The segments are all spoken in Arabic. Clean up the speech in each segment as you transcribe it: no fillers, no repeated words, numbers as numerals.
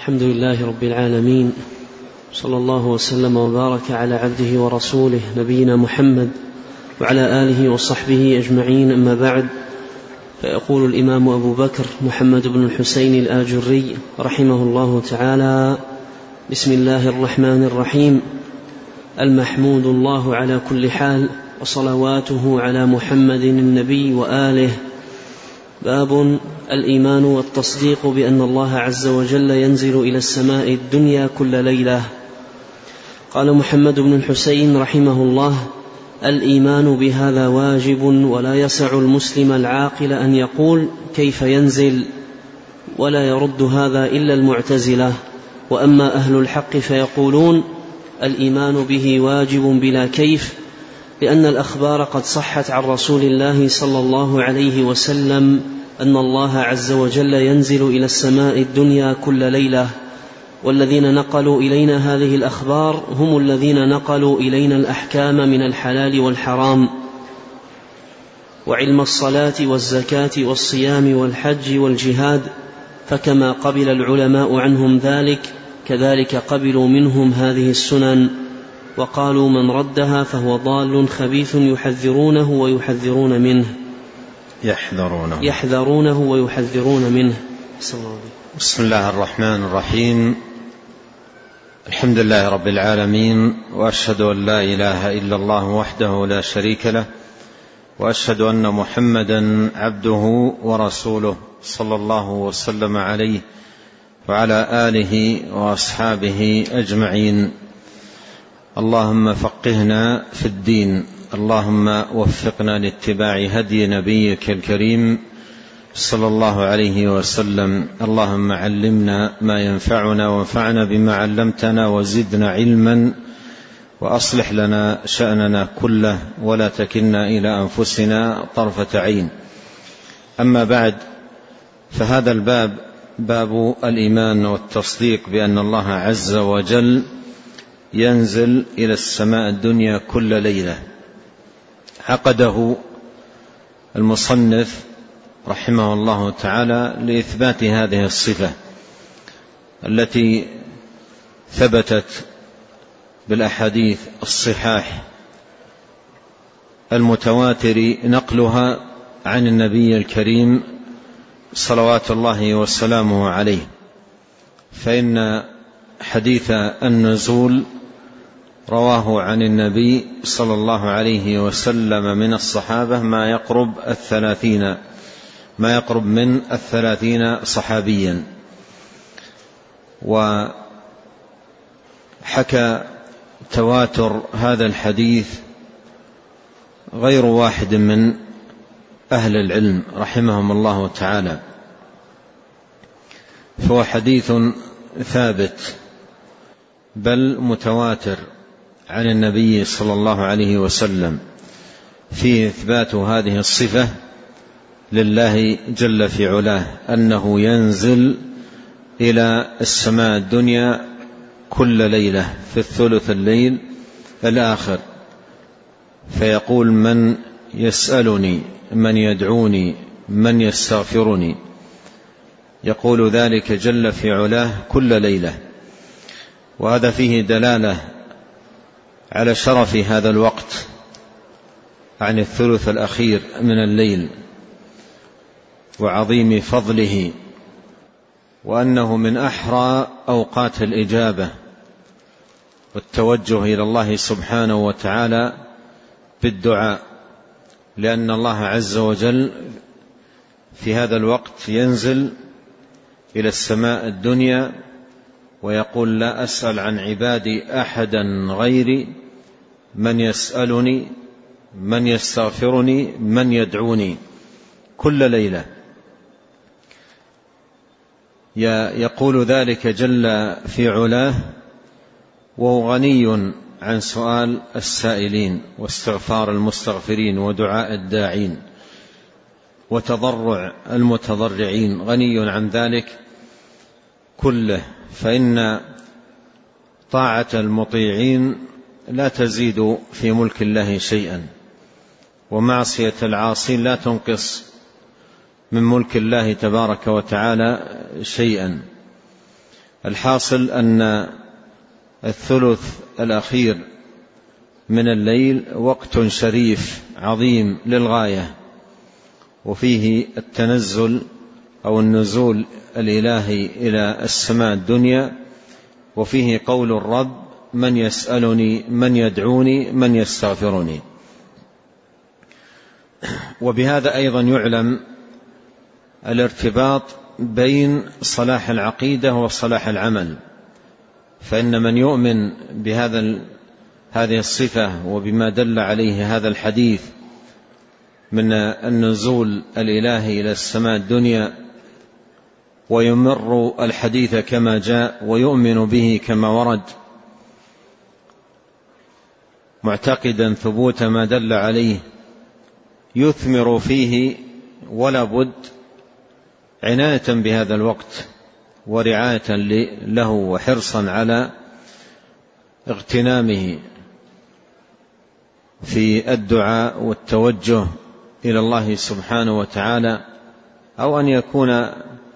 الحمد لله رب العالمين، صلى الله وسلم وبارك على عبده ورسوله نبينا محمد وعلى آله وصحبه أجمعين. أما بعد، فيقول الإمام أبو بكر محمد بن الحسين الآجري رحمه الله تعالى: بسم الله الرحمن الرحيم. المحمود الله على كل حال، وصلواته على محمد النبي وآله. باب الإيمان والتصديق بأن الله عز وجل ينزل إلى السماء الدنيا كل ليلة. قال محمد بن الحسين رحمه الله: الإيمان بهذا واجب، ولا يسع المسلم العاقل أن يقول كيف ينزل، ولا يرد هذا إلا المعتزلة. وأما أهل الحق فيقولون الإيمان به واجب بلا كيف، لأن الأخبار قد صحت عن رسول الله صلى الله عليه وسلم أن الله عز وجل ينزل إلى السماء الدنيا كل ليلة، والذين نقلوا إلينا هذه الأخبار هم الذين نقلوا إلينا الأحكام من الحلال والحرام، وعلم الصلاة والزكاة والصيام والحج والجهاد. فكما قبل العلماء عنهم ذلك، كذلك قبلوا منهم هذه السنن، وقالوا من ردها فهو ضال خبيث يحذرونه ويحذرون منه. يحذرونه ويحذرون منه. بسم الله الرحمن الرحيم. الحمد لله رب العالمين، وأشهد أن لا إله إلا الله وحده لا شريك له، وأشهد أن محمدا عبده ورسوله صلى الله وسلم عليه وعلى آله وأصحابه أجمعين. اللهم فقهنا في الدين، اللهم وفقنا لاتباع هدي نبيك الكريم صلى الله عليه وسلم. اللهم علمنا ما ينفعنا، وانفعنا بما علمتنا، وزدنا علما، وأصلح لنا شأننا كله، ولا تكلنا إلى أنفسنا طرفة عين. أما بعد، فهذا الباب باب الإيمان والتصديق بأن الله عز وجل ينزل إلى السماء الدنيا كل ليلة. عقده المصنف رحمه الله تعالى لإثبات هذه الصفة التي ثبتت بالأحاديث الصحاح المتواتر نقلها عن النبي الكريم صلوات الله وسلامه عليه. فإن حديث النزول رواه عن النبي صلى الله عليه وسلم من الصحابة ما يقرب من 30 صحابيا. وحكى تواتر هذا الحديث غير واحد من أهل العلم رحمهم الله تعالى، فهو حديث ثابت بل متواتر عن النبي صلى الله عليه وسلم فيه إثبات هذه الصفة لله جل في علاه، أنه ينزل إلى السماء الدنيا كل ليلة في الثلث الليل الآخر، فيقول من يسألني، من يدعوني، من يستغفرني، يقول ذلك جل في علاه كل ليلة. وهذا فيه دلالة على شرف هذا الوقت عن الثلث الأخير من الليل، وعظيم فضله، وأنه من أحرى أوقات الإجابة والتوجه إلى الله سبحانه وتعالى بالدعاء، لأن الله عز وجل في هذا الوقت ينزل إلى السماء الدنيا ويقول لا أسأل عن عبادي أحدا غيري، من يسألني، من يستغفرني، من يدعوني، كل ليلة يقول ذلك جل في علاه، وهو غني عن سؤال السائلين واستغفار المستغفرين ودعاء الداعين وتضرع المتضرعين، غني عن ذلك كله. فإن طاعة المطيعين لا تزيد في ملك الله شيئا، ومعصية العاصين لا تنقص من ملك الله تبارك وتعالى شيئا. الحاصل أن الثلث الأخير من الليل وقت شريف عظيم للغاية، وفيه التنزل أو النزول الإلهي إلى السماء الدنيا، وفيه قول الرب: من يسألني، من يدعوني، من يستغفرني. وبهذا أيضا يعلم الارتباط بين صلاح العقيدة وصلاح العمل، فإن من يؤمن هذه الصفة وبما دل عليه هذا الحديث من النزول الإلهي إلى السماء الدنيا، ويمر الحديث كما جاء ويؤمن به كما ورد، معتقدا ثبوت ما دل عليه، يثمر فيه ولا بد عناية بهذا الوقت ورعاية له وحرصا على اغتنامه في الدعاء والتوجه إلى الله سبحانه وتعالى، أو أن يكون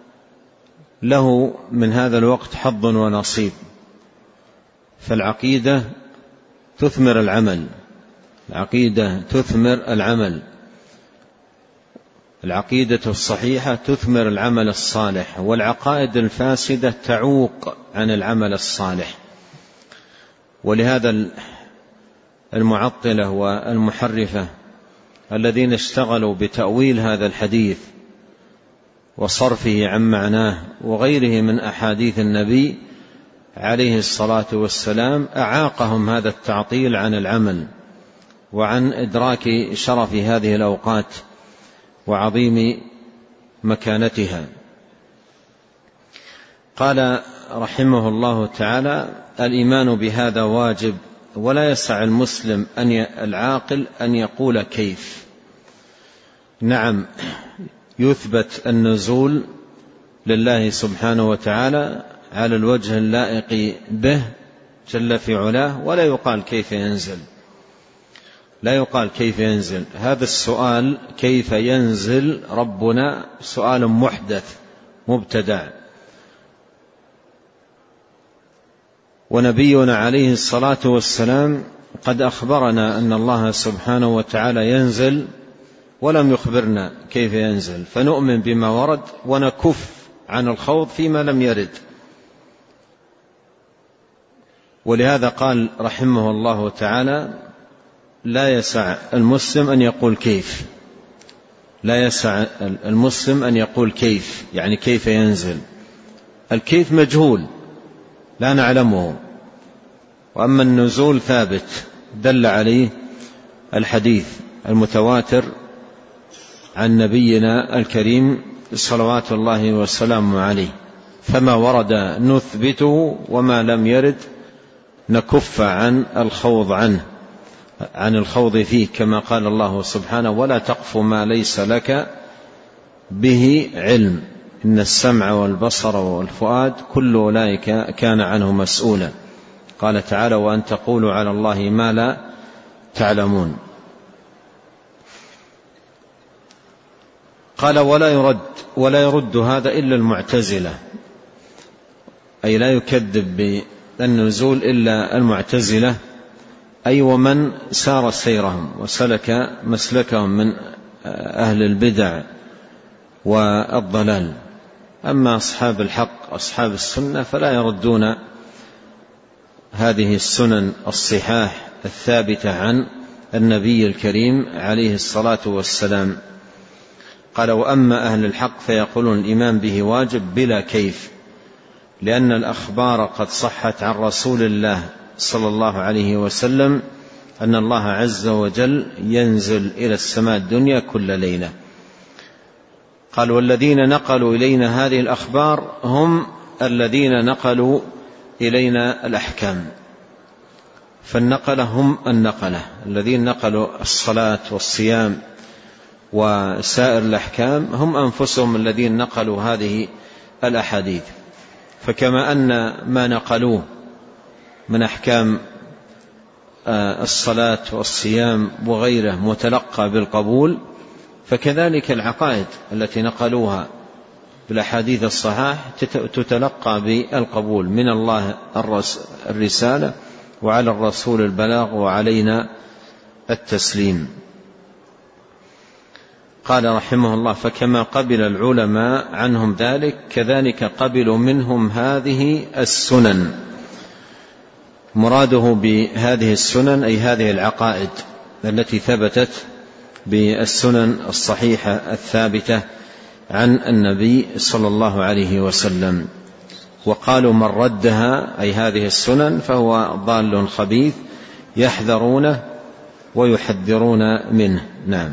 له من هذا الوقت حظ ونصيب. فالعقيدة تثمر العمل، العقيدة تثمر العمل، العقيدة الصحيحة تثمر العمل الصالح، والعقائد الفاسدة تعوق عن العمل الصالح. ولهذا المعطلة والمحرفة الذين اشتغلوا بتأويل هذا الحديث وصرفه عن معناه وغيره من أحاديث النبي عليه الصلاة والسلام، أعاقهم هذا التعطيل عن العمل وعن إدراك شرف هذه الأوقات وعظيم مكانتها. قال رحمه الله تعالى: الإيمان بهذا واجب، ولا يسع المسلم العاقل أن يقول كيف. نعم، يثبت النزول لله سبحانه وتعالى على الوجه اللائق به جل في علاه، ولا يقال كيف ينزل، لا يقال كيف ينزل. هذا السؤال كيف ينزل ربنا سؤال محدث مبتدع، ونبينا عليه الصلاة والسلام قد أخبرنا أن الله سبحانه وتعالى ينزل ولم يخبرنا كيف ينزل، فنؤمن بما ورد ونكف عن الخوض فيما لم يرد. ولهذا قال رحمه الله تعالى: لا يسع المسلم أن يقول كيف، لا يسع المسلم أن يقول كيف، يعني كيف ينزل. الكيف مجهول لا نعلمه، وأما النزول ثابت دل عليه الحديث المتواتر عن نبينا الكريم صلوات الله والسلام عليه، فما ورد نثبته وما لم يرد نكف عن الخوض فيه، كما قال الله سبحانه: ولا تقف ما ليس لك به علم إن السمع والبصر والفؤاد كل أولئك كان عنه مسؤولا. قال تعالى: وأن تقولوا على الله ما لا تعلمون. قال: ولا يرد هذا إلا المعتزلة، أي لا يكذب بالنزول إلا المعتزلة، أي ومن سار سيرهم وسلك مسلكهم من أهل البدع والضلال. أما أصحاب الحق أصحاب السنة فلا يردون هذه السنن الصحاح الثابتة عن النبي الكريم عليه الصلاة والسلام. قال: وأما أهل الحق فيقولون الإيمان به واجب بلا كيف، لأن الأخبار قد صحت عن رسول الله صلى الله عليه وسلم أن الله عز وجل ينزل إلى السماء الدنيا كل ليلة. قال: والذين نقلوا إلينا هذه الأخبار هم الذين نقلوا إلينا الأحكام. فالنقلة هم النقلة الذين نقلوا الصلاة والصيام وسائر الأحكام، هم أنفسهم الذين نقلوا هذه الأحاديث. فكما أن ما نقلوه من أحكام الصلاة والصيام وغيره متلقى بالقبول، فكذلك العقائد التي نقلوها بالأحاديث الصحاح تتلقى بالقبول من الله الرسالة، وعلى الرسول البلاغ، وعلينا التسليم. قال رحمه الله: فكما قبل العلماء عنهم ذلك كذلك قبلوا منهم هذه السنن. مراده بهذه السنن أي هذه العقائد التي ثبتت بالسنن الصحيحة الثابتة عن النبي صلى الله عليه وسلم. وقالوا: من ردها أي هذه السنن فهو ضال خبيث، يحذرونه ويحذرون منه. نعم.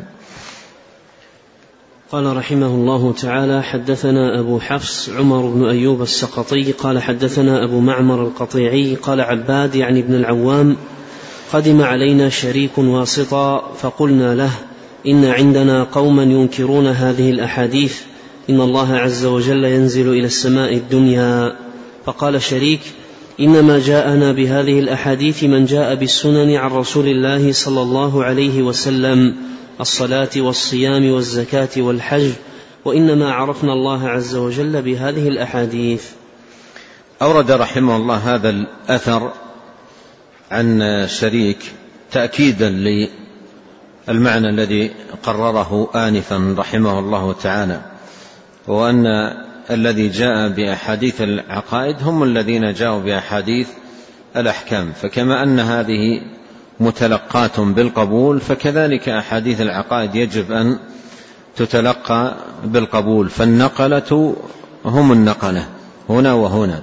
قال رحمه الله تعالى: حدثنا أبو حفص عمر بن أيوب السقطي قال حدثنا أبو معمر القطيعي قال عباد يعني ابن العوام: قدم علينا شريك واسطا فقلنا له: إن عندنا قوما ينكرون هذه الأحاديث، إن الله عز وجل ينزل إلى السماء الدنيا. فقال شريك: إنما جاءنا بهذه الأحاديث من جاء بالسنن عن رسول الله صلى الله عليه وسلم، الصلاة والصيام والزكاة والحج، وإنما عرفنا الله عز وجل بهذه الأحاديث. أورد رحمه الله هذا الأثر عن شريك تأكيدا للمعنى الذي قرره آنفا رحمه الله تعالى، وأن الذي جاء بأحاديث العقائد هم الذين جاءوا بأحاديث الأحكام. فكما أن هذه متلقات بالقبول، فكذلك أحاديث العقائد يجب أن تتلقى بالقبول، فالنقلة هم النقلة هنا وهنا.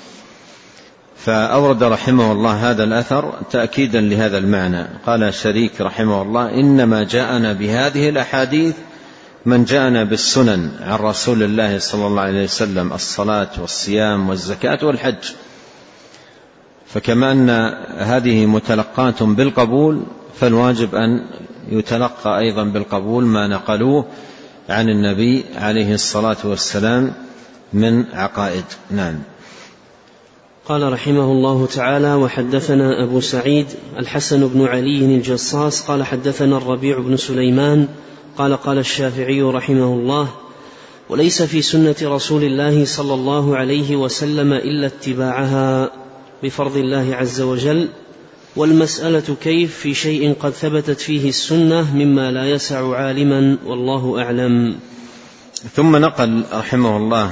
فأورد رحمه الله هذا الأثر تأكيدا لهذا المعنى. قال شريك رحمه الله: إنما جاءنا بهذه الأحاديث من جاءنا بالسنن عن رسول الله صلى الله عليه وسلم، الصلاة والصيام والزكاة والحج. فكما أن هذه متلقات بالقبول، فالواجب أن يتلقى أيضا بالقبول ما نقلوه عن النبي عليه الصلاة والسلام من عقائد. نعم. قال رحمه الله تعالى: وحدثنا أبو سعيد الحسن بن علي الجصاص قال حدثنا الربيع بن سليمان قال قال الشافعي رحمه الله: وليس في سنة رسول الله صلى الله عليه وسلم إلا اتباعها بفرض الله عز وجل، والمسألة كيف في شيء قد ثبتت فيه السنة مما لا يسع عالما، والله أعلم. ثم نقل رحمه الله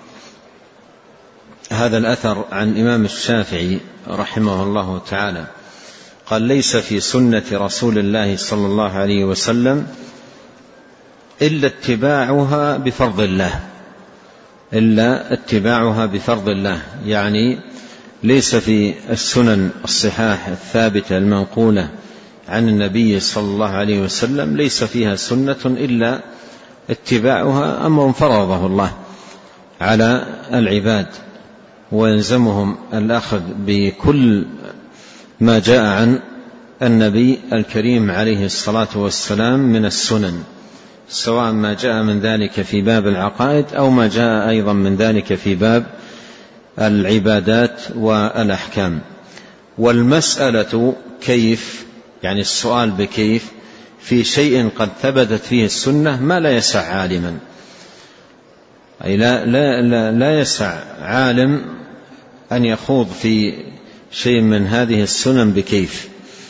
هذا الأثر عن إمام الشافعي رحمه الله تعالى قال: ليس في سنة رسول الله صلى الله عليه وسلم إلا اتباعها بفرض الله، إلا اتباعها بفرض الله، يعني ليس في السنن الصحاح الثابتة المنقولة عن النبي صلى الله عليه وسلم ليس فيها سنة إلا اتباعها أمر فرضه الله على العباد، ويلزمهم الأخذ بكل ما جاء عن النبي الكريم عليه الصلاة والسلام من السنن، سواء ما جاء من ذلك في باب العقائد أو ما جاء أيضا من ذلك في باب العبادات والأحكام. والمسألة كيف، يعني السؤال بكيف في شيء قد ثبتت فيه السنة ما لا يسع عالما، أي لا يسع عالم أن يخوض في شيء من هذه السنن بكيف،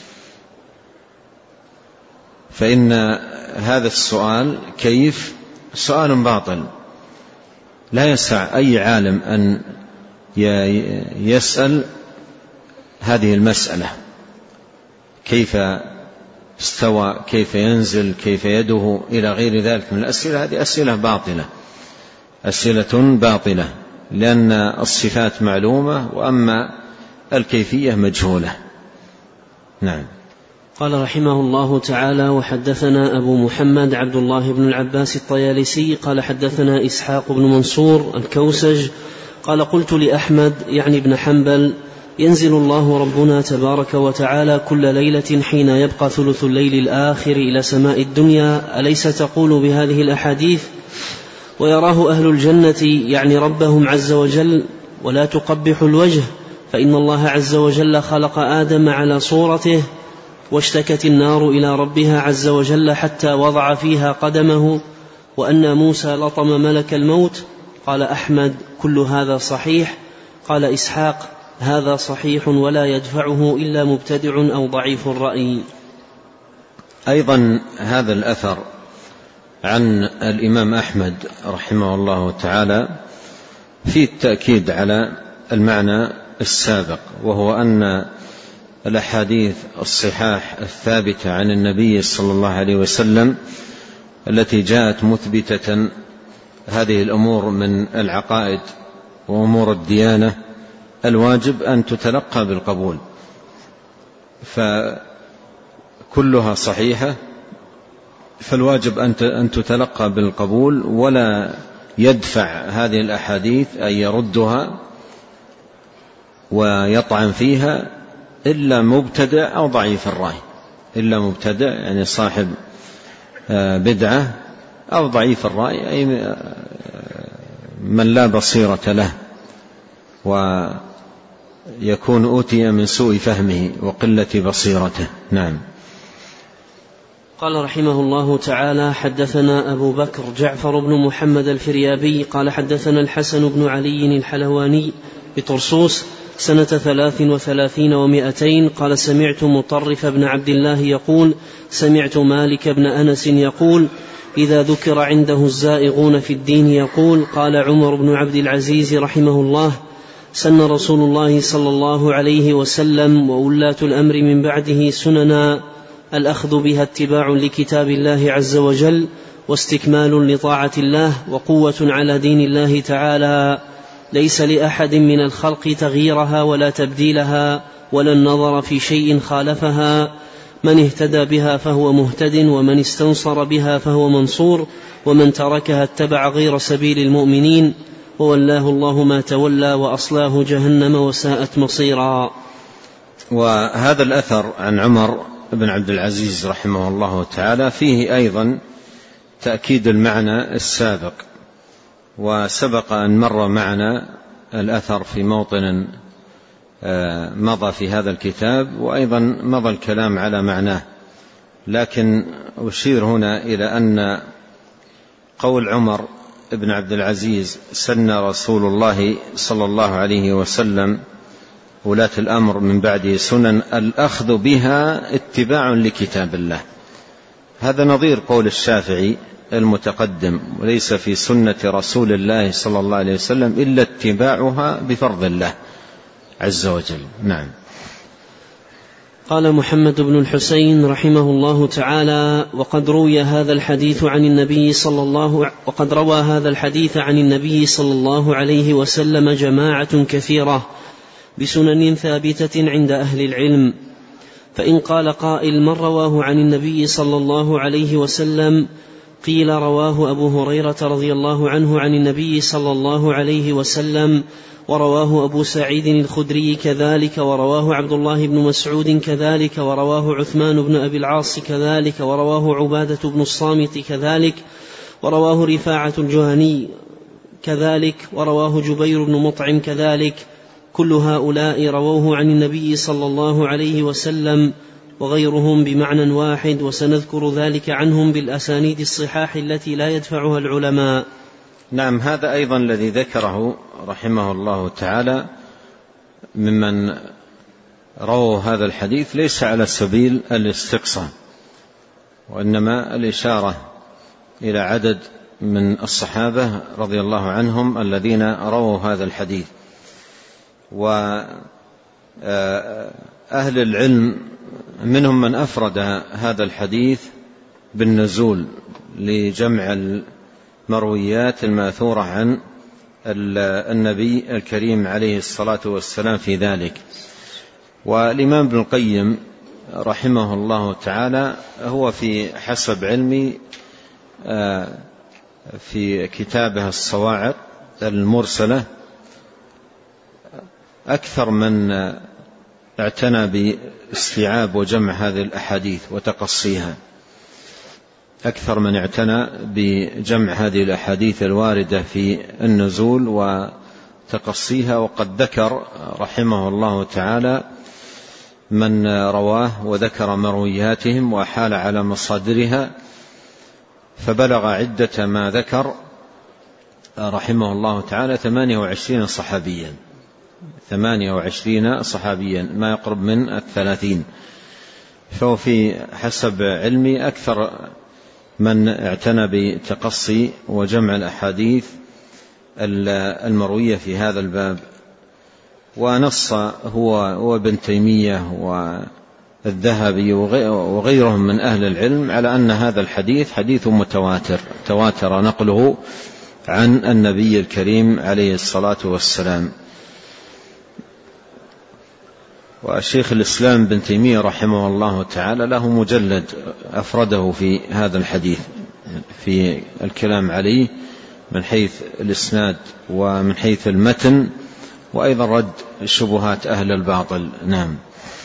فإن هذا السؤال كيف سؤال باطل، لا يسع أي عالم أن يسأل هذه المسألة: كيف استوى، كيف ينزل، كيف يده، إلى غير ذلك من الأسئلة. هذه أسئلة باطلة، أسئلة باطلة، لأن الصفات معلومة وأما الكيفية مجهولة. نعم. قال رحمه الله تعالى: وحدثنا أبو محمد عبد الله بن العباس الطيالسي قال حدثنا إسحاق بن منصور الكوسج قال: قلت لأحمد يعني ابن حنبل: ينزل الله ربنا تبارك وتعالى كل ليلة حين يبقى ثلث الليل الآخر إلى سماء الدنيا، أليس تقول بهذه الأحاديث؟ ويراه أهل الجنة يعني ربهم عز وجل ولا تقبح الوجه، فإن الله عز وجل خلق آدم على صورته، واشتكت النار إلى ربها عز وجل حتى وضع فيها قدمه، وأن موسى لطم ملك الموت قال أحمد: كل هذا صحيح. قال إسحاق: هذا صحيح ولا يدفعه إلا مبتدع أو ضعيف الرأي. أيضا هذا الأثر عن الإمام أحمد رحمه الله تعالى فيه التأكيد على المعنى السابق، وهو أن الأحاديث الصحاح الثابتة عن النبي صلى الله عليه وسلم التي جاءت مثبتة هذه الأمور من العقائد وأمور الديانة الواجب أن تتلقى بالقبول، فكلها صحيحة، فالواجب أن تتلقى بالقبول، ولا يدفع هذه الأحاديث أن يردها ويطعن فيها إلا مبتدع أو ضعيف الرأي. إلا مبتدع يعني صاحب بدعة، أو ضعيف الرأي أي من لا بصيرة له ويكون أوتي من سوء فهمه وقلة بصيرته. نعم. قال رحمه الله تعالى: حدثنا أبو بكر جعفر بن محمد الفريابي قال حدثنا الحسن بن علي الحلواني بطرسوس سنة 33 و200 قال: سمعت مطرف بن عبد الله يقول: سمعت مالك بن أنس يقول: إذا ذكر عنده الزائغون في الدين يقول: قال عمر بن عبد العزيز رحمه الله: سن رسول الله صلى الله عليه وسلم وولاة الأمر من بعده سننا الأخذ بها اتباع لكتاب الله عز وجل واستكمال لطاعة الله وقوة على دين الله تعالى، ليس لأحد من الخلق تغييرها ولا تبديلها ولا النظر في شيء خالفها. من اهتدى بها فهو مهتد، ومن استنصر بها فهو منصور، ومن تركها اتبع غير سبيل المؤمنين، وولاه الله ما تولى وأصلاه جهنم وساءت مصيرا. وهذا الأثر عن عمر بن عبد العزيز رحمه الله تعالى فيه أيضا تأكيد المعنى السابق، وسبق أن مر معنا الأثر في موطن مضى في هذا الكتاب، وأيضا مضى الكلام على معناه، لكن أشير هنا إلى أن قول عمر بن عبد العزيز: سن رسول الله صلى الله عليه وسلم ولاة الأمر من بعده سنن الأخذ بها اتباع لكتاب الله، هذا نظير قول الشافعي المتقدم: وليس في سنة رسول الله صلى الله عليه وسلم إلا اتباعها بفرض الله عز وجل. نعم. قال محمد بن الحسين رحمه الله تعالى: وقد روى هذا الحديث عن النبي صلى الله عليه وسلم جماعة كثيرة بسنن ثابتة عند أهل العلم، فإن قال قائل: من رواه عن النبي صلى الله عليه وسلم؟ قيل: رواه أبو هريرة رضي الله عنه عن النبي صلى الله عليه وسلم، ورواه أبو سعيد الخدري كذلك، ورواه عبد الله بن مسعود كذلك، ورواه عثمان بن أبي العاص كذلك، ورواه عبادة بن الصامت كذلك، ورواه رفاعة الجهني كذلك، ورواه جبير بن مطعم كذلك. كل هؤلاء رووه عن النبي صلى الله عليه وسلم وغيرهم بمعنى واحد، وسنذكر ذلك عنهم بالأسانيد الصحاح التي لا يدفعها العلماء. نعم. هذا أيضا الذي ذكره رحمه الله تعالى ممن رووا هذا الحديث ليس على سبيل الاستقصاء، وإنما الإشارة إلى عدد من الصحابة رضي الله عنهم الذين رووا هذا الحديث. وأهل العلم منهم من أفرد هذا الحديث بالنزول لجمع المرويات الماثورة عن النبي الكريم عليه الصلاة والسلام في ذلك. والإمام ابن القيم رحمه الله تعالى هو في حسب علمي في كتابه الصواعق المرسلة أكثر من اعتنى باستيعاب وجمع هذه الأحاديث وتقصيها، أكثر من اعتنى بجمع هذه الأحاديث الواردة في النزول وتقصيها. وقد ذكر رحمه الله تعالى من رواه وذكر مروياتهم وحال على مصادرها، فبلغ عدة ما ذكر رحمه الله تعالى 28 صحابيا، 28 صحابيا، ما يقرب من 30. فهو في حسب علمي أكثر من اعتنى بتقصي وجمع الأحاديث المروية في هذا الباب. ونص هو وابن تيمية والذهبي وغيرهم من أهل العلم على أن هذا الحديث حديث متواتر، تواتر نقله عن النبي الكريم عليه الصلاة والسلام. والشيخ الإسلام بن تيمية رحمه الله تعالى له مجلد أفرده في هذا الحديث في الكلام عليه من حيث الإسناد ومن حيث المتن، وأيضا رد شبهات أهل الباطل. نعم.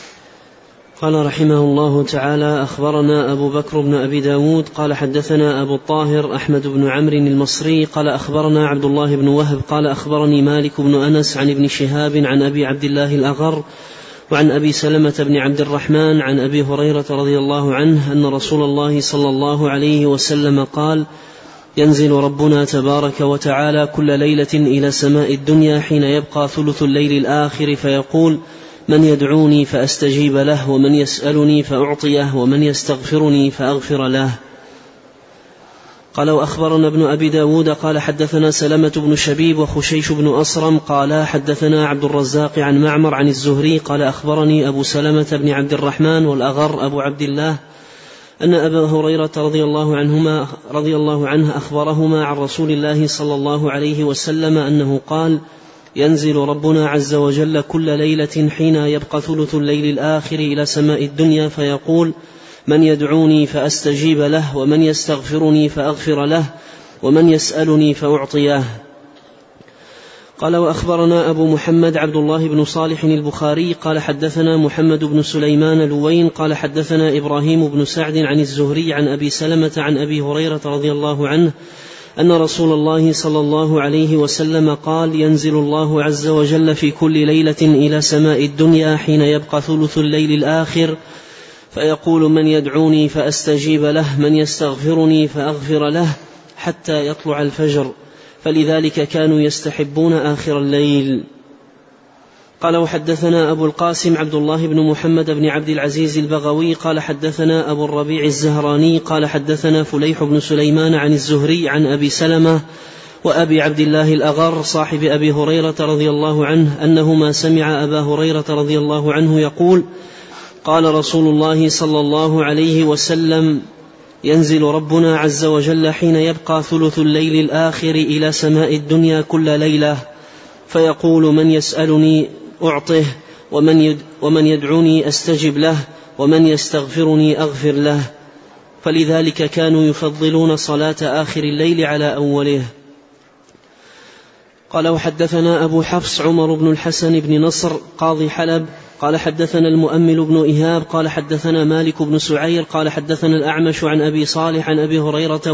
قال رحمه الله تعالى: أخبرنا أبو بكر بن أبي داود قال حدثنا أبو الطاهر أحمد بن عمرو المصري قال أخبرنا عبد الله بن وهب قال أخبرني مالك بن أنس عن ابن شهاب عن أبي عبد الله الأغر وعن أبي سلمة بن عبد الرحمن عن أبي هريرة رضي الله عنه أن رسول الله صلى الله عليه وسلم قال: ينزل ربنا تبارك وتعالى كل ليلة إلى سماء الدنيا حين يبقى ثلث الليل الآخر فيقول: من يدعوني فأستجيب له، ومن يسألني فأعطيه، ومن يستغفرني فأغفر له. قال: وأخبرنا ابن أبي داود قال حدثنا سلمة بن شبيب وخشيش بن أصرم قال حدثنا عبد الرزاق عن معمر عن الزهري قال أخبرني أبو سلمة بن عبد الرحمن والأغر أبو عبد الله أن أبا هريرة رضي الله عنه أخبرهما عن رسول الله صلى الله عليه وسلم أنه قال: ينزل ربنا عز وجل كل ليلة حين يبقى ثلث الليل الآخر إلى سماء الدنيا فيقول: من يدعوني فأستجيب له، ومن يستغفرني فأغفر له، ومن يسألني فأعطيه. قال: وأخبرنا أبو محمد عبد الله بن صالح البخاري قال حدثنا محمد بن سليمان لوين قال حدثنا إبراهيم بن سعد عن الزهري عن أبي سلمة عن أبي هريرة رضي الله عنه أن رسول الله صلى الله عليه وسلم قال: ينزل الله عز وجل في كل ليلة إلى سماء الدنيا حين يبقى ثلث الليل الآخر فيقول: من يدعوني فأستجيب له، من يستغفرني فأغفر له، حتى يطلع الفجر، فلذلك كانوا يستحبون آخر الليل. قال: وحدثنا أبو القاسم عبد الله بن محمد بن عبد العزيز البغوي قال حدثنا أبو الربيع الزهراني قال حدثنا فليح بن سليمان عن الزهري عن أبي سلمة وأبي عبد الله الأغر صاحب أبي هريرة رضي الله عنه أنهما سمع أبا هريرة رضي الله عنه يقول: قال رسول الله صلى الله عليه وسلم: ينزل ربنا عز وجل حين يبقى ثلث الليل الآخر إلى سماء الدنيا كل ليلة فيقول: من يسألني أعطه، ومن يدعوني أستجب له، ومن يستغفرني أغفر له. فلذلك كانوا يفضلون صلاة آخر الليل على أوله. قال: وحدثنا أبو حفص عمر بن الحسن بن نصر قاضي حلب قال حدثنا المؤمل بن إيهاب قال حدثنا مالك بن سعير قال حدثنا الأعمش عن أبي صالح عن أبي هريرة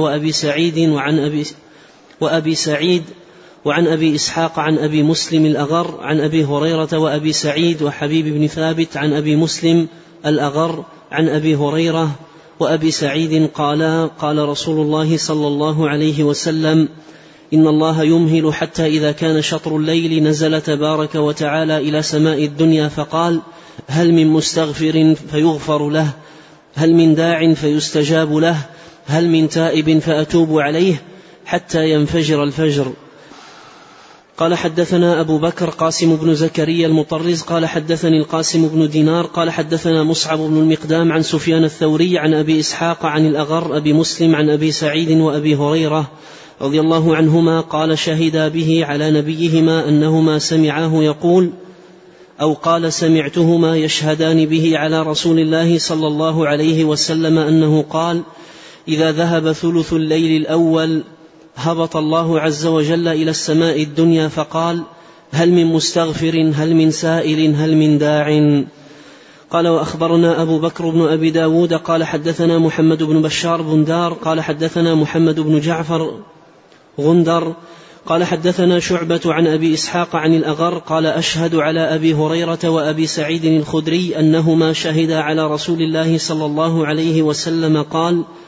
وأبي سعيد وعن أبي إسحاق عن أبي مسلم الأغر عن أبي هريرة وأبي سعيد وحبيب بن ثابت عن أبي مسلم الأغر عن أبي هريرة وأبي سعيد قال رسول الله صلى الله عليه وسلم: إن الله يمهل حتى إذا كان شطر الليل نزل تبارك وتعالى إلى سماء الدنيا فقال: هل من مستغفر فيغفر له، هل من داع فيستجاب له، هل من تائب فأتوب عليه، حتى ينفجر الفجر. قال: حدثنا أبو بكر قاسم بن زكريا المطرز قال حدثني القاسم بن دينار قال حدثنا مصعب بن المقدام عن سفيان الثوري عن أبي إسحاق عن الأغر أبي مسلم عن أبي سعيد وأبي هريرة رضي الله عنهما قال: شهدا به على نبيهما أنهما سمعاه يقول أو قال: سمعتهما يشهدان به على رسول الله صلى الله عليه وسلم أنه قال: إذا ذهب ثلث الليل الأول هبط الله عز وجل إلى السماء الدنيا فقال: هل من مستغفر، هل من سائل، هل من داع. قال: وأخبرنا أبو بكر بن أبي داود قال حدثنا محمد بن بشار بندار قال حدثنا محمد بن جعفر غندر قال حدثنا شعبة عن أبي إسحاق عن الأغر قال: أشهد على أبي هريرة وأبي سعيد الخدري أنهما شهدا على رسول الله صلى الله عليه وسلم قال: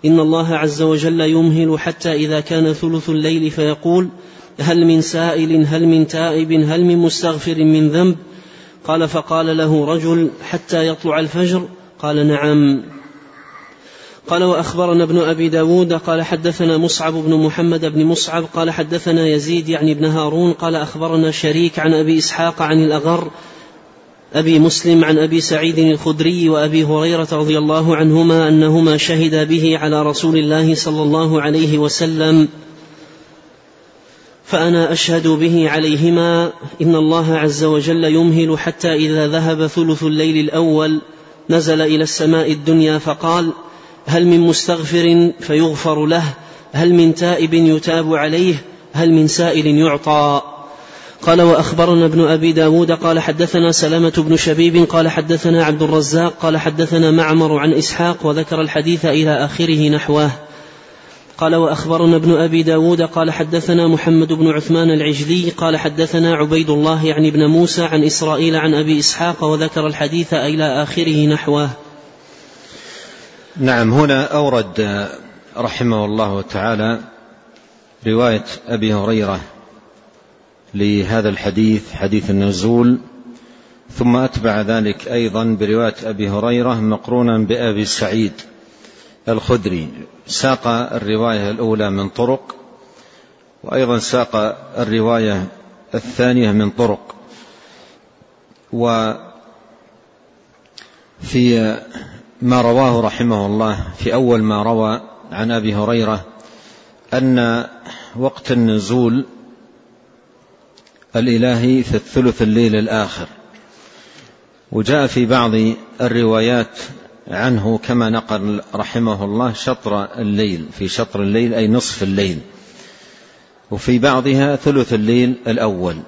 إن الله عز وجل يمهل حتى إذا كان ثلث الليل فيقول هل من سائل هل من تائب هل من مستغفر من ذنب؟ قال فقال له رجل حتى يطلع الفجر؟ قال نعم. قال وأخبرنا ابن أبي داود قال حدثنا مصعب بن محمد بن مصعب قال حدثنا يزيد يعني ابن هارون قال أخبرنا شريك عن أبي إسحاق عن الأغر أبي مسلم عن أبي سعيد الخدري وأبي هريرة رضي الله عنهما أنهما شهدا به على رسول الله صلى الله عليه وسلم فأنا أشهد به عليهما إن الله عز وجل يمهل حتى إذا ذهب ثلث الليل الأول نزل إلى السماء الدنيا فقال هل من مستغفر فيغفر له هل من تائب يتاب عليه هل من سائل يعطى. قال وأخبرنا ابن أبي داود قال حدثنا سلامة بن شبيب قال حدثنا عبد الرزاق قال حدثنا معمر عن إسحاق وذكر الحديث إلى آخره نحوه. قال وأخبرنا ابن أبي داود قال حدثنا محمد بن عثمان العجلي قال حدثنا عبيد الله يعني ابن موسى عن إسرائيل عن أبي إسحاق وذكر الحديث إلى آخره نحوه. نعم. هنا أورد رحمه الله تعالى رواية أبي هريرة لهذا الحديث حديث النزول، ثم أتبع ذلك أيضا برواية أبي هريرة مقرونا بأبي سعيد الخدري. ساق الرواية الأولى من طرق وأيضا ساق الرواية الثانية من طرق. وفي ما رواه رحمه الله في أول ما روى عن أبي هريرة أن وقت النزول الإلهي في الثلث الليل الآخر، وجاء في بعض الروايات عنه كما نقل رحمه الله شطر الليل، في شطر الليل أي نصف الليل، وفي بعضها ثلث الليل الأول.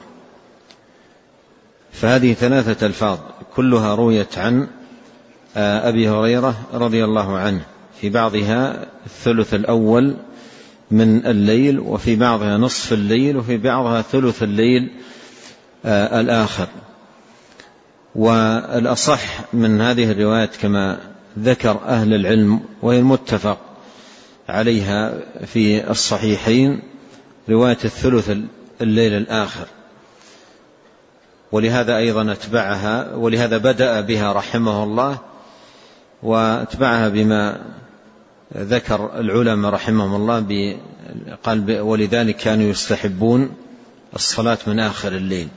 فهذه ثلاثة ألفاظ كلها رويت عن أبي هريرة رضي الله عنه، في بعضها الثلث الأول من الليل، وفي بعضها نصف الليل، وفي بعضها ثلث الليل الآخر. والأصح من هذه الروايات كما ذكر أهل العلم وهي المتفق عليها في الصحيحين رواية الثلث الليل الآخر، ولهذا أيضا أتبعها، ولهذا بدأ بها رحمه الله وأتبعها بما ذكر العلماء رحمهم الله قال ولذلك كانوا يستحبون الصلاة من آخر الليل.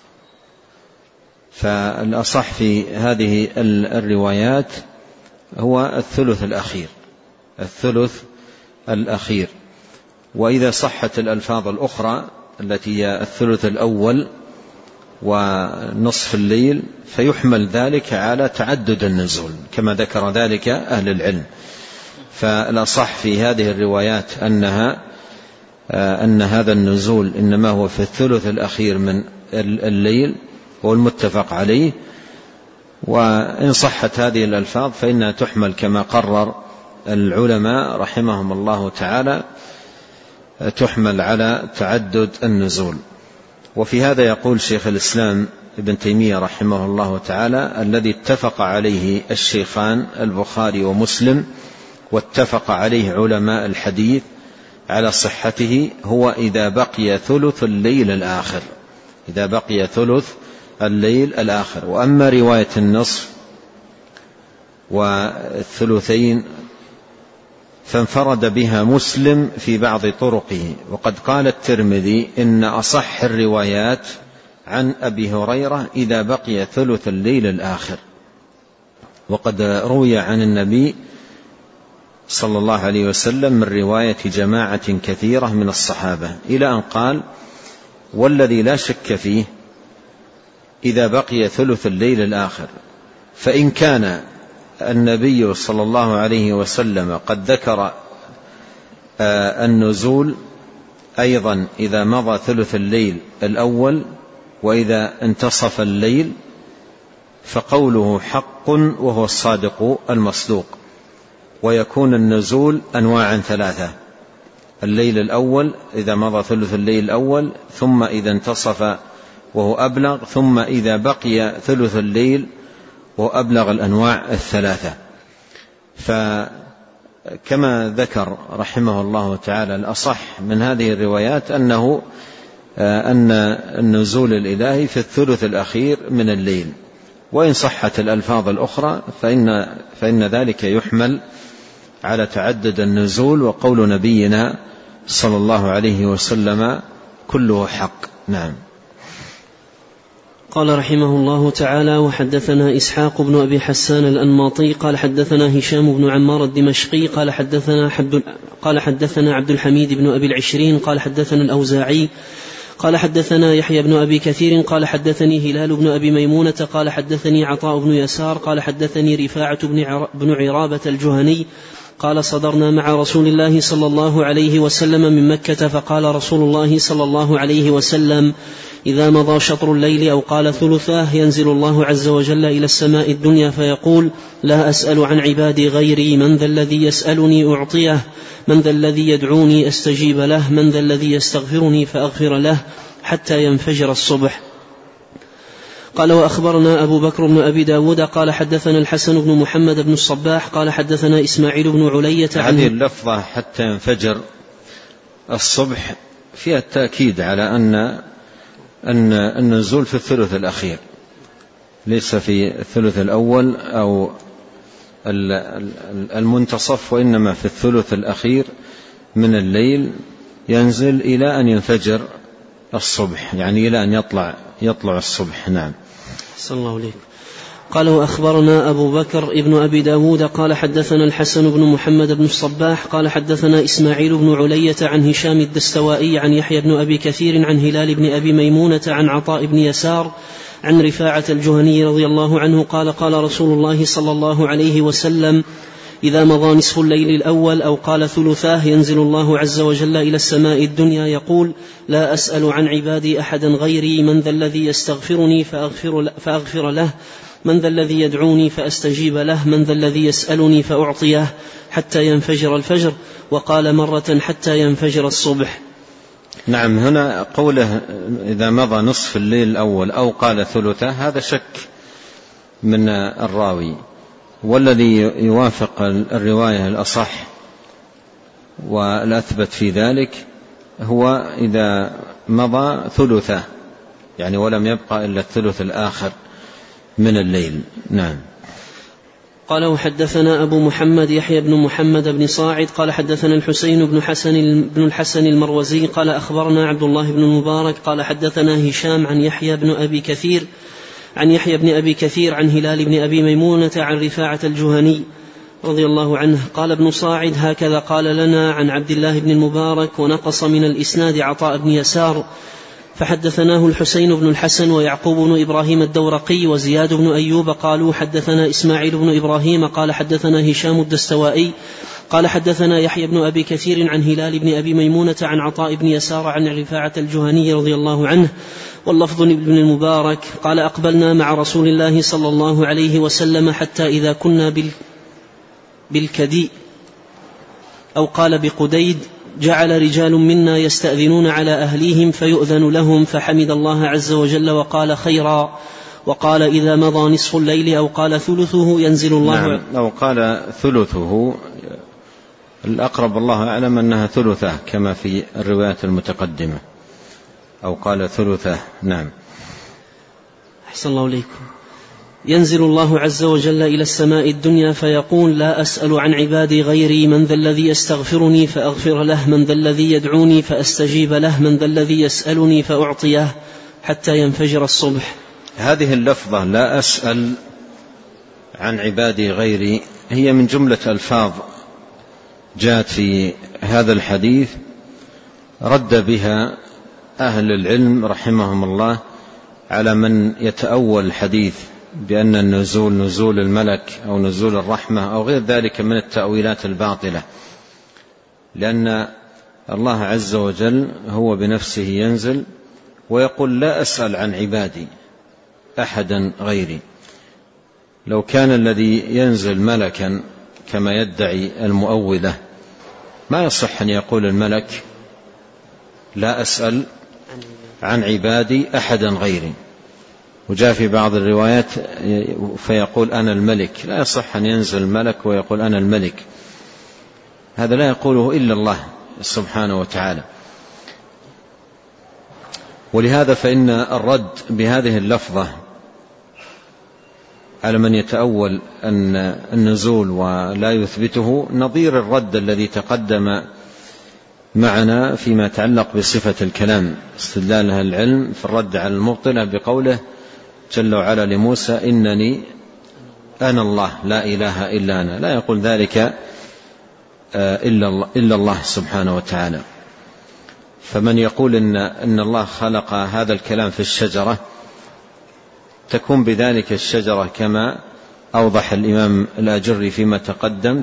فالأصح في هذه الروايات هو الثلث الأخير، الثلث الأخير. وإذا صحت الألفاظ الأخرى التي هي الثلث الأول ونصف الليل فيحمل ذلك على تعدد النزول كما ذكر ذلك أهل العلم. فالأصح في هذه الروايات أن هذا النزول إنما هو في الثلث الأخير من الليل والمتفق عليه. وإن صحت هذه الألفاظ فإنها تحمل كما قرر العلماء رحمهم الله تعالى، تحمل على تعدد النزول. وفي هذا يقول شيخ الإسلام ابن تيمية رحمه الله تعالى الذي اتفق عليه الشيخان البخاري ومسلم واتفق عليه علماء الحديث على صحته هو إذا بقي ثلث الليل الآخر، إذا بقي ثلث الليل الآخر. وأما رواية النصف والثلثين فانفرد بها مسلم في بعض طرقه. وقد قال الترمذي إن أصح الروايات عن أبي هريرة إذا بقي ثلث الليل الآخر. وقد روي عن النبي صلى الله عليه وسلم من رواية جماعة كثيرة من الصحابة إلى أن قال والذي لا شك فيه إذا بقي ثلث الليل الآخر. فإن كان النبي صلى الله عليه وسلم قد ذكر النزول أيضا إذا مضى ثلث الليل الأول وإذا انتصف الليل فقوله حق وهو الصادق المصدوق. ويكون النزول أنواعا ثلاثة: الليل الأول إذا مضى ثلث الليل الأول، ثم إذا انتصف وهو أبلغ، ثم إذا بقي ثلث الليل وهو أبلغ الأنواع الثلاثة. كما ذكر رحمه الله تعالى الأصح من هذه الروايات أن النزول الإلهي في الثلث الأخير من الليل، وإن صحت الألفاظ الأخرى فإن ذلك يحمل على تعدد النزول، وقول نبينا صلى الله عليه وسلم كله حق. نعم. قال رحمه الله تعالى: وحدثنا إسحاق بن أبي حسان الأنماطي قال حدثنا هشام بن عمار الدمشقي قال حدثنا عبد الحميد بن أبي العشرين قال حدثنا الأوزاعي قال حدثنا يحيى بن أبي كثير قال حدثني هلال بن أبي ميمونة قال حدثني عطاء بن يسار قال حدثني رفاعة بن عرابة الجهني قال صدرنا مع رسول الله صلى الله عليه وسلم من مكة، فقال رسول الله صلى الله عليه وسلم: إذا مضى شطر الليل أو قال ثلثاه ينزل الله عز وجل إلى السماء الدنيا فيقول: لا أسأل عن عبادي غيري، من ذا الذي يسألني أعطيه، من ذا الذي يدعوني أستجيب له، من ذا الذي يستغفرني فأغفر له، حتى ينفجر الصبح. قال: وأخبرنا أبو بكر بن أبي داود قال حدثنا الحسن بن محمد بن الصباح قال حدثنا إسماعيل بن علية هذه اللفظة حتى ينفجر الصبح فيها التأكيد على أن النزول في الثلث الأخير، ليس في الثلث الأول أو المنتصف، وإنما في الثلث الأخير من الليل ينزل إلى أن ينفجر الصبح، يعني إلى أن يطلع الصبح. نعم. صلى الله عليه. قال: وأخبرنا أبو بكر ابن أبي داود قال حدثنا الحسن بن محمد بن الصباح قال حدثنا إسماعيل بن علية عن هشام الدستوائي عن يحيى بن أبي كثير عن هلال بن أبي ميمونة عن عطاء بن يسار عن رفاعة الجهني رضي الله عنه قال: قال رسول الله صلى الله عليه وسلم: إذا مضى نصف الليل الأول أو قال ثلثاه ينزل الله عز وجل إلى السماء الدنيا يقول: لا أسأل عن عبادي أحدا غيري، من ذا الذي يستغفرني فأغفر له، من ذا الذي يدعوني فأستجيب له، من ذا الذي يسألني فأعطيه، حتى ينفجر الفجر. وقال مرة: حتى ينفجر الصبح. نعم. هنا قوله إذا مضى نصف الليل الأول أو قال ثلثه هذا شك من الراوي، والذي يوافق الرواية الأصح والأثبت في ذلك هو إذا مضى ثلثه، يعني ولم يبقى إلا الثلث الآخر من الليل. نعم. قال: وحدثنا أبو محمد يحيى بن محمد بن صاعد قال حدثنا الحسين بن الحسن المروزي قال أخبرنا عبد الله بن المبارك قال حدثنا هشام عن يحيى بن أبي كثير عن هلال بن أبي ميمونة عن رفاعة الجهني رضي الله عنه. قال ابن صاعد: هكذا قال لنا عن عبد الله بن المبارك، ونقص من الإسناد عطاء بن يسار، فحدثناه الحسين بن الحسن ويعقوب بن إبراهيم الدورقي وزياد بن أيوب قالوا حدثنا إسماعيل بن إبراهيم قال حدثنا هشام الدستوائي قال حدثنا يحيى بن أبي كثير عن هلال بن أبي ميمونة عن عطاء بن يسار عن رفاعة الجهني رضي الله عنه، واللفظ ابن المبارك قال: أقبلنا مع رسول الله صلى الله عليه وسلم حتى إذا كنا بالكدي أو قال بقديد جعل رجال منا يستأذنون على أهليهم فيؤذن لهم، فحمد الله عز وجل وقال: خيرا. وقال: إذا مضى نصف الليل أو قال ثلثه ينزل الله. نعم. أو قال ثلثه، الأقرب الله أعلم أنها ثلثه كما في الروايات المتقدمة، أو قال ثلثه. نعم. أحسن الله إليكم. ينزل الله عز وجل إلى السماء الدنيا فيقول: لا أسأل عن عبادي غيري، من ذا الذي يستغفرني فأغفر له، من ذا الذي يدعوني فأستجيب له، من ذا الذي يسألني فأعطيه، حتى ينفجر الصبح. هذه اللفظة لا أسأل عن عبادي غيري هي من جملة ألفاظ جاءت في هذا الحديث رد بها أهل العلم رحمهم الله على من يتأول الحديث بأن النزول نزول الملك أو نزول الرحمة أو غير ذلك من التأويلات الباطلة، لأن الله عز وجل هو بنفسه ينزل ويقول: لا أسأل عن عبادي أحدا غيري. لو كان الذي ينزل ملكا كما يدعي المؤولة ما يصح أن يقول الملك: لا أسأل عن عبادي أحدا غيري. وجاء في بعض الروايات فيقول: أنا الملك. لا يصح أن ينزل الملك ويقول: أنا الملك، هذا لا يقوله إلا الله سبحانه وتعالى. ولهذا فإن الرد بهذه اللفظة على من يتأول أن النزول ولا يثبته نظير الرد الذي تقدم معنا فيما يتعلق بصفة الكلام، استدلالها العلم في الرد على المبطلة بقوله جل وعلا لموسى إنني أنا الله لا إله إلا أنا، لا يقول ذلك إلا الله سبحانه وتعالى. فمن يقول إن الله خلق هذا الكلام في الشجرة تكون بذلك الشجرة كما أوضح الإمام الآجري فيما تقدم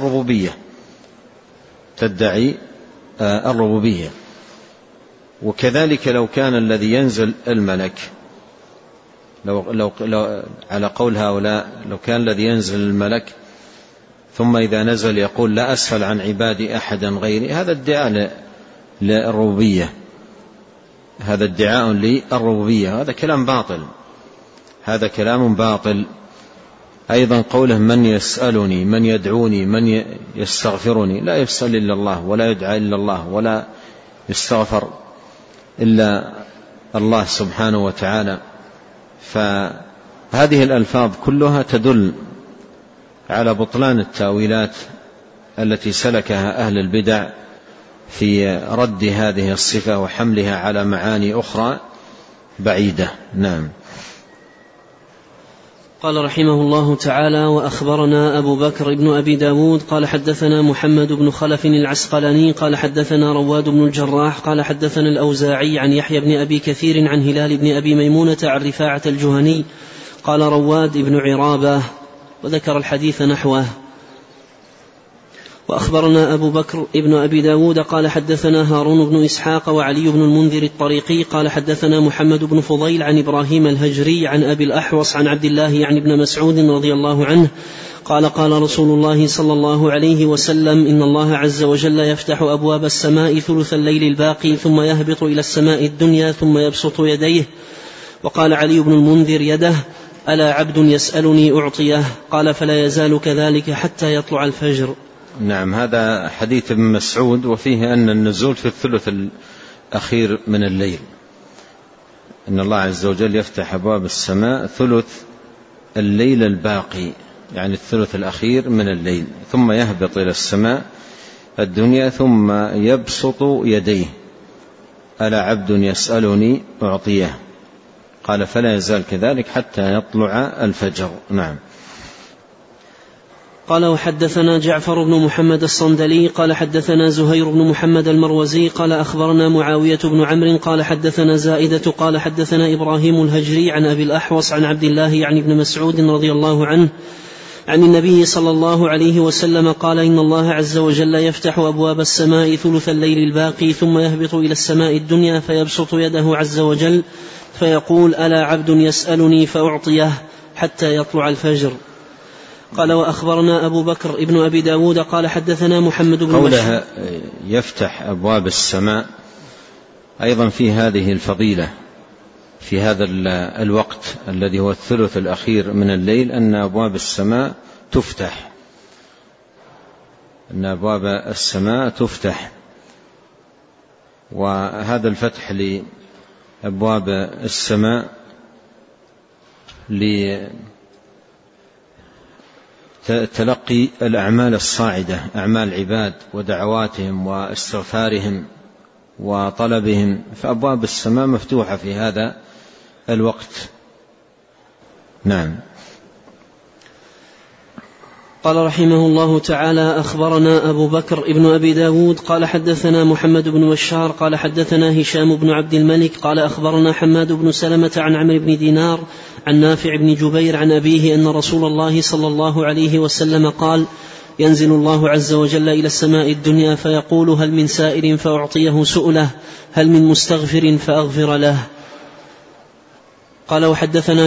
تدعي الربوبية. وكذلك لو كان الذي ينزل الملك، لو على قول هؤلاء لو كان الذي ينزل الملك ثم إذا نزل يقول لا أسأل عن عبادي أحدا غيري، هذا ادعاء للربوبية، هذا ادعاء للربوبية، هذا كلام باطل، هذا كلام باطل. أيضا قوله من يسألني من يدعوني من يستغفرني، لا يسأل إلا الله ولا يدعى إلا الله ولا يستغفر إلا الله سبحانه وتعالى. فهذه الألفاظ كلها تدل على بطلان التأويلات التي سلكها أهل البدع في رد هذه الصفة وحملها على معاني أخرى بعيدة. نعم. قال رحمه الله تعالى: وأخبرنا أبو بكر بن أبي داود قال حدثنا محمد بن خلف العسقلاني قال حدثنا رواد بن الجراح قال حدثنا الأوزاعي عن يحيى بن أبي كثير عن هلال بن أبي ميمونة عن رفاعة الجهني قال رواد بن عرابة، وذكر الحديث نحوه. وأخبرنا أبو بكر ابن أبي داود قال حدثنا هارون بن إسحاق وعلي بن المنذر الطريقي قال حدثنا محمد بن فضيل عن إبراهيم الهجري عن أبي الأحوص عن عبد الله يعني ابن مسعود رضي الله عنه قال قال رسول الله صلى الله عليه وسلم: إن الله عز وجل يفتح أبواب السماء ثلث الليل الباقي ثم يهبط إلى السماء الدنيا ثم يبسط يديه. وقال علي بن المنذر: يده ألا عبد يسألني أعطيه؟ قال: فلا يزال كذلك حتى يطلع الفجر. نعم، هذا حديث ابن مسعود وفيه أن النزول في الثلث الأخير من الليل، إن الله عز وجل يفتح أبواب السماء ثلث الليل الباقي، يعني الثلث الأخير من الليل، ثم يهبط إلى السماء الدنيا ثم يبسط يديه: ألا عبد يسألني أعطيه؟ قال: فلا يزال كذلك حتى يطلع الفجر. نعم. قال: وحدثنا جعفر بن محمد الصندلي قال حدثنا زهير بن محمد المروزي قال أخبرنا معاوية بن عمرو قال حدثنا زائدة قال حدثنا إبراهيم الهجري عن أبي الأحوص عن عبد الله يعني ابن مسعود رضي الله عنه عن النبي صلى الله عليه وسلم قال: إن الله عز وجل يفتح أبواب السماء ثلث الليل الباقي ثم يهبط إلى السماء الدنيا فيبسط يده عز وجل فيقول: ألا عبد يسألني فأعطيه حتى يطلع الفجر. قال: وأخبرنا أبو بكر ابن أبي داود قال حدثنا محمد بن قوله يفتح أبواب السماء أيضا في هذه الفضيلة في هذا الوقت الذي هو الثلث الأخير من الليل، أن أبواب السماء تفتح، أن أبواب السماء تفتح. وهذا الفتح لأبواب السماء تلقي الأعمال الصاعدة، أعمال العباد ودعواتهم واستغفارهم وطلبهم، فأبواب السماء مفتوحة في هذا الوقت. نعم. قال رحمه الله تعالى: أخبرنا أبو بكر ابن أبي داود قال حدثنا محمد بن بشار قال حدثنا هشام بن عبد الملك قال أخبرنا حماد بن سلمة عن عمرو بن دينار عن نافع بن جبير عن أبيه أن رسول الله صلى الله عليه وسلم قال: ينزل الله عز وجل إلى السماء الدنيا فيقول: هل من سائل فأعطيه سؤله؟ هل من مستغفر فأغفر له؟ قال: وحدثنا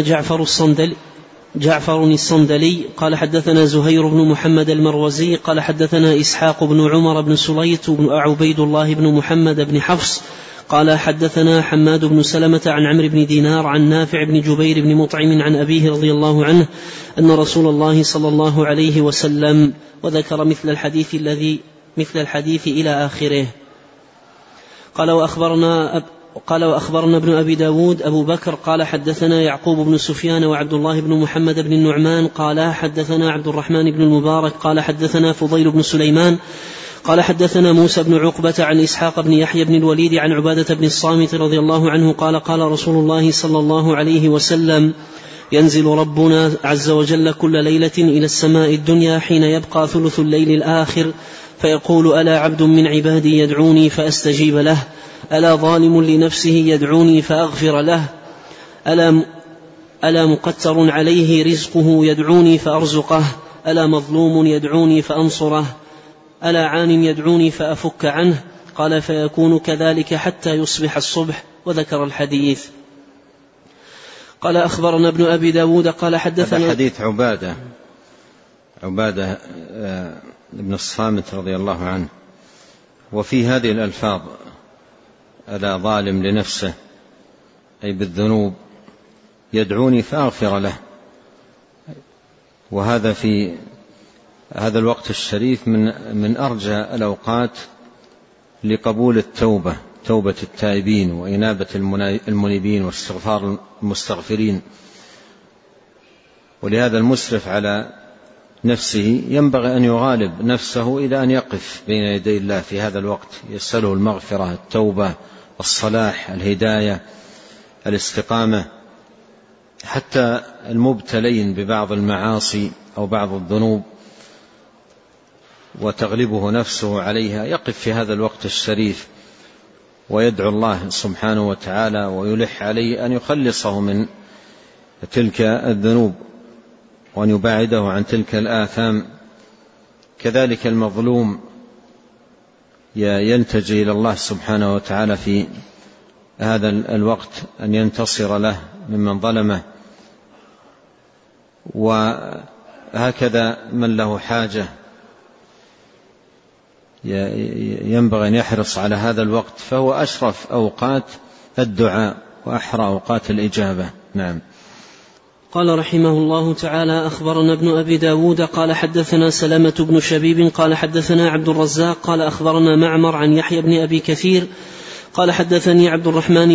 جعفر الصندلي قال حدثنا زهير بن محمد المروزي قال حدثنا إسحاق بن عمر بن سليط بن عبيد الله بن محمد بن حفص قال حدثنا حماد بن سلمة عن عمرو بن دينار عن نافع بن جبير بن مطعم عن أبيه رضي الله عنه أن رسول الله صلى الله عليه وسلم، وذكر مثل الحديث الذي مثل الحديث إلى آخره. قال وأخبرنا ابن أبي داود أبو بكر قال حدثنا يعقوب بن سفيان وعبد الله بن محمد بن النعمان قال حدثنا عبد الرحمن بن المبارك قال حدثنا فضيل بن سليمان قال حدثنا موسى بن عقبة عن إسحاق بن يحيى بن الوليد عن عبادة بن الصامت رضي الله عنه قال قال رسول الله صلى الله عليه وسلم ينزل ربنا عز وجل كل ليلة إلى السماء الدنيا حين يبقى ثلث الليل الآخر فيقول ألا عبد من عبادي يدعوني فأستجيب له ألا ظالم لنفسه يدعوني فأغفر له ألا مقتر عليه رزقه يدعوني فأرزقه ألا مظلوم يدعوني فأنصره ألا عان يدعوني فأفك عنه قال فيكون كذلك حتى يصبح الصبح وذكر الحديث. قال أخبرنا ابن أبي داود قال حدثنا حديث عبادة بن الصامت رضي الله عنه وفي هذه الألفاظ ألا ظالم لنفسه أي بالذنوب يدعوني فأغفر له، وهذا في هذا الوقت الشريف من أرجى الأوقات لقبول التوبة، توبة التائبين وإنابة المنيبين واستغفار المستغفرين. ولهذا المسرف على نفسه ينبغي أن يغالب نفسه إلى أن يقف بين يدي الله في هذا الوقت يسأله المغفرة، التوبة، الصلاح، الهداية، الاستقامة. حتى المبتلين ببعض المعاصي أو بعض الذنوب وتغلبه نفسه عليها يقف في هذا الوقت الشريف ويدعو الله سبحانه وتعالى ويلح عليه أن يخلصه من تلك الذنوب وأن يباعده عن تلك الآثام. كذلك المظلوم يلتجئ إلى الله سبحانه وتعالى في هذا الوقت أن ينتصر له ممن ظلمه. وهكذا من له حاجة ينبغي أن يحرص على هذا الوقت، فهو أشرف أوقات الدعاء وأحرى أوقات الإجابة. نعم. قال رحمه الله تعالى أخبرنا ابن أبي داود قال حدثنا سلامة بن شبيب قال حدثنا عبد الرزاق قال أخبرنا معمر عن يحيى بن أبي كثير قال حدثني عبد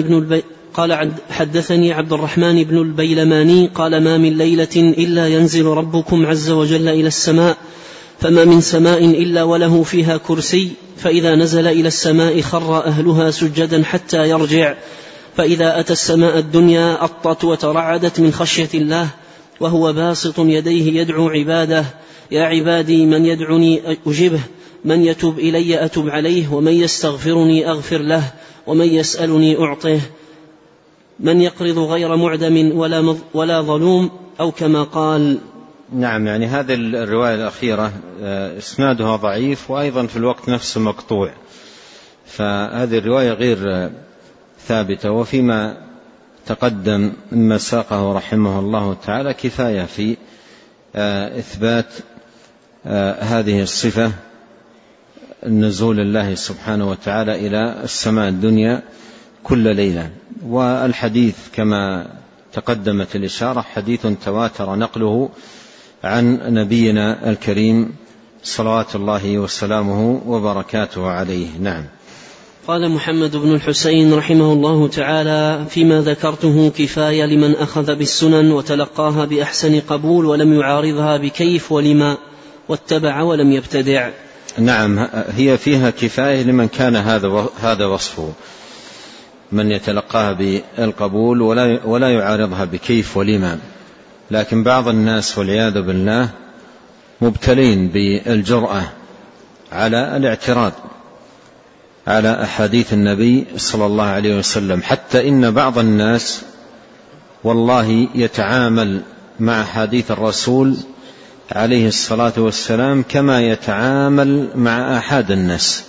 الرحمن بن البيلماني قال ما من ليلة إلا ينزل ربكم عز وجل إلى السماء فما من سماء إلا وله فيها كرسي فإذا نزل إلى السماء خر أهلها سجدا حتى يرجع فإذا أتى السماء الدنيا أطت وترعدت من خشية الله وهو باسط يديه يدعو عباده يا عبادي من يدعني أجبه من يتوب إلي أتوب عليه ومن يستغفرني أغفر له ومن يسألني أعطيه من يقرض غير معدم ولا ظلوم أو كما قال. نعم، يعني هذه الرواية الأخيرة إسنادها ضعيف وأيضا في الوقت نفسه مقطوع، فهذه الرواية غير ثابتة. وفيما تقدم مما ساقه رحمه الله تعالى كفاية في إثبات هذه الصفة، النزول الله سبحانه وتعالى إلى السماء الدنيا كل ليلة. والحديث كما تقدمت الإشارة حديث تواتر نقله عن نبينا الكريم صلوات الله وسلامه وبركاته عليه. نعم. قال محمد بن الحسين رحمه الله تعالى فيما ذكرته كفاية لمن أخذ بالسنن وتلقاها بأحسن قبول ولم يعارضها بكيف ولما واتبع ولم يبتدع. نعم، هي فيها كفاية لمن كان هذا وصفه، من يتلقاها بالقبول ولا يعارضها بكيف ولما. لكن بعض الناس والعياذ بالله مبتلين بالجرأة على الاعتراض على أحاديث النبي صلى الله عليه وسلم، حتى إن بعض الناس والله يتعامل مع حديث الرسول عليه الصلاة والسلام كما يتعامل مع آحاد الناس.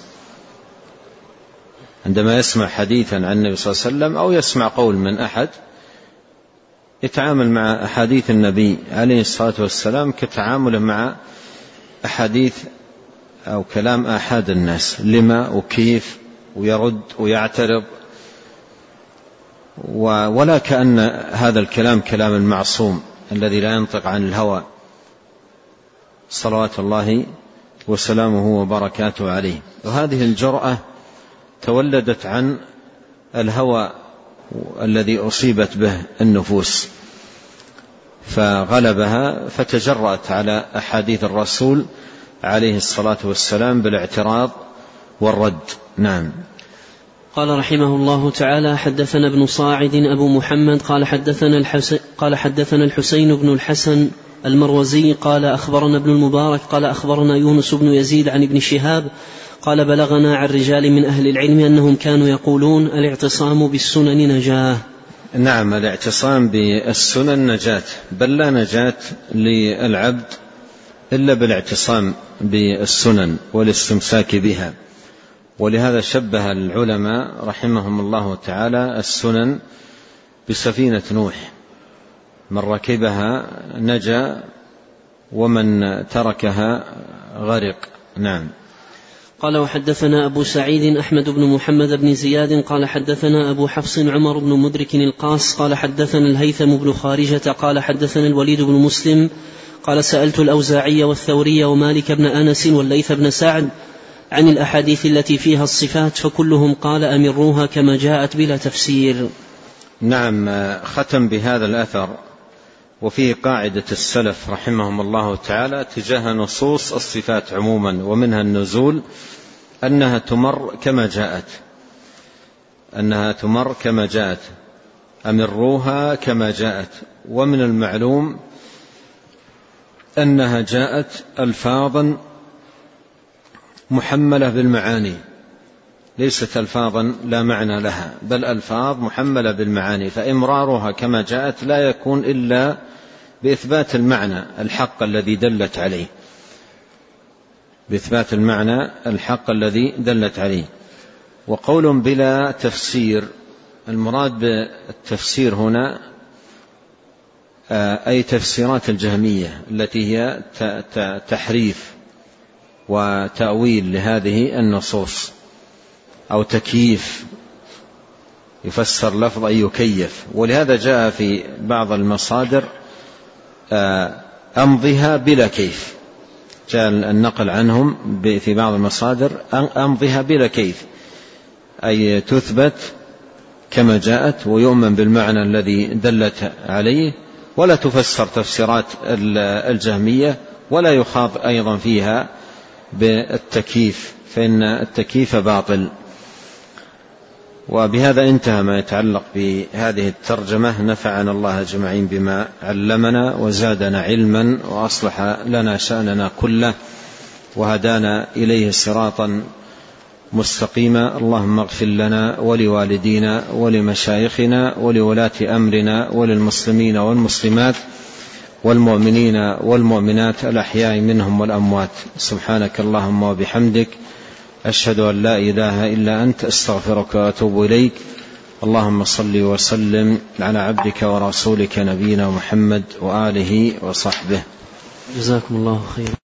عندما يسمع حديثا عن النبي صلى الله عليه وسلم أو يسمع قول من أحد يتعامل مع أحاديث النبي عليه الصلاة والسلام كتعامله مع أحاديث أو كلام آحاد الناس، لما وكيف ويرد ويعترض، ولا كأن هذا الكلام كلام المعصوم الذي لا ينطق عن الهوى صلوات الله وسلامه وبركاته عليه. وهذه الجرأة تولدت عن الهوى الذي أصيبت به النفوس فغلبها، فتجرأت على أحاديث الرسول عليه الصلاة والسلام بالاعتراض والرد. نعم. قال رحمه الله تعالى: حدثنا ابن صاعد أبو محمد قال حدثنا الحسين بن الحسن المروزي قال أخبرنا ابن المبارك قال أخبرنا يونس بن يزيد عن ابن شهاب قال بلغنا عن رجال من أهل العلم أنهم كانوا يقولون الاعتصام بالسنن نجاة. نعم، الاعتصام بالسنن نجاة، بل لا نجاة للعبد إلا بالاعتصام بالسنن والاستمساك بها. ولهذا شبه العلماء رحمهم الله تعالى السنن بسفينة نوح، من ركبها نجا ومن تركها غرق. نعم. قال وحدثنا أبو سعيد أحمد بن محمد بن زياد قال حدثنا أبو حفص عمر بن مدرك القاص قال حدثنا الهيثم بن خارجة قال حدثنا الوليد بن مسلم قال سألت الأوزاعي والثوري ومالك بن أنس والليث بن سعد عن الأحاديث التي فيها الصفات فكلهم قال أمروها كما جاءت بلا تفسير. نعم. ختم بهذا الأثر وفيه قاعدة السلف رحمهم الله تعالى تجاه نصوص الصفات عموما، ومنها النزول أنها تمر كما جاءت، أمروها كما جاءت. ومن المعلوم أنها جاءت ألفاظا محملة بالمعاني، ليست ألفاظا لا معنى لها، بل ألفاظ محملة بالمعاني، فإمرارها كما جاءت لا يكون إلا بإثبات المعنى الحق الذي دلت عليه، بإثبات المعنى الحق الذي دلت عليه. وقول بلا تفسير، المراد بالتفسير هنا أي تفسيرات الجهمية التي هي تحريف وتأويل لهذه النصوص، أو تكييف، يفسر لفظ أي يكيف. ولهذا جاء في بعض المصادر أمضها بلا كيف، جاء النقل عنهم في بعض المصادر أمضها بلا كيف، أي تثبت كما جاءت ويؤمن بالمعنى الذي دلت عليه، ولا تفسر تفسيرات الجهمية، ولا يخاض أيضا فيها بالتكييف، فإن التكييف باطل. وبهذا انتهى ما يتعلق بهذه الترجمة. نفعنا الله أجمعين بما علمنا وزادنا علما وأصلح لنا شأننا كله وهدانا إليه صراطا مستقيما. اللهم اغفر لنا ولوالدينا ولمشايخنا ولولاة أمرنا وللمسلمين والمسلمات والمؤمنين والمؤمنات الأحياء منهم والأموات. سبحانك اللهم وبحمدك، أشهد أن لا إله إلا أنت، أستغفرك وأتوب إليك. اللهم صل وسلم على عبدك ورسولك نبينا محمد وآله وصحبه. جزاكم الله خيرا.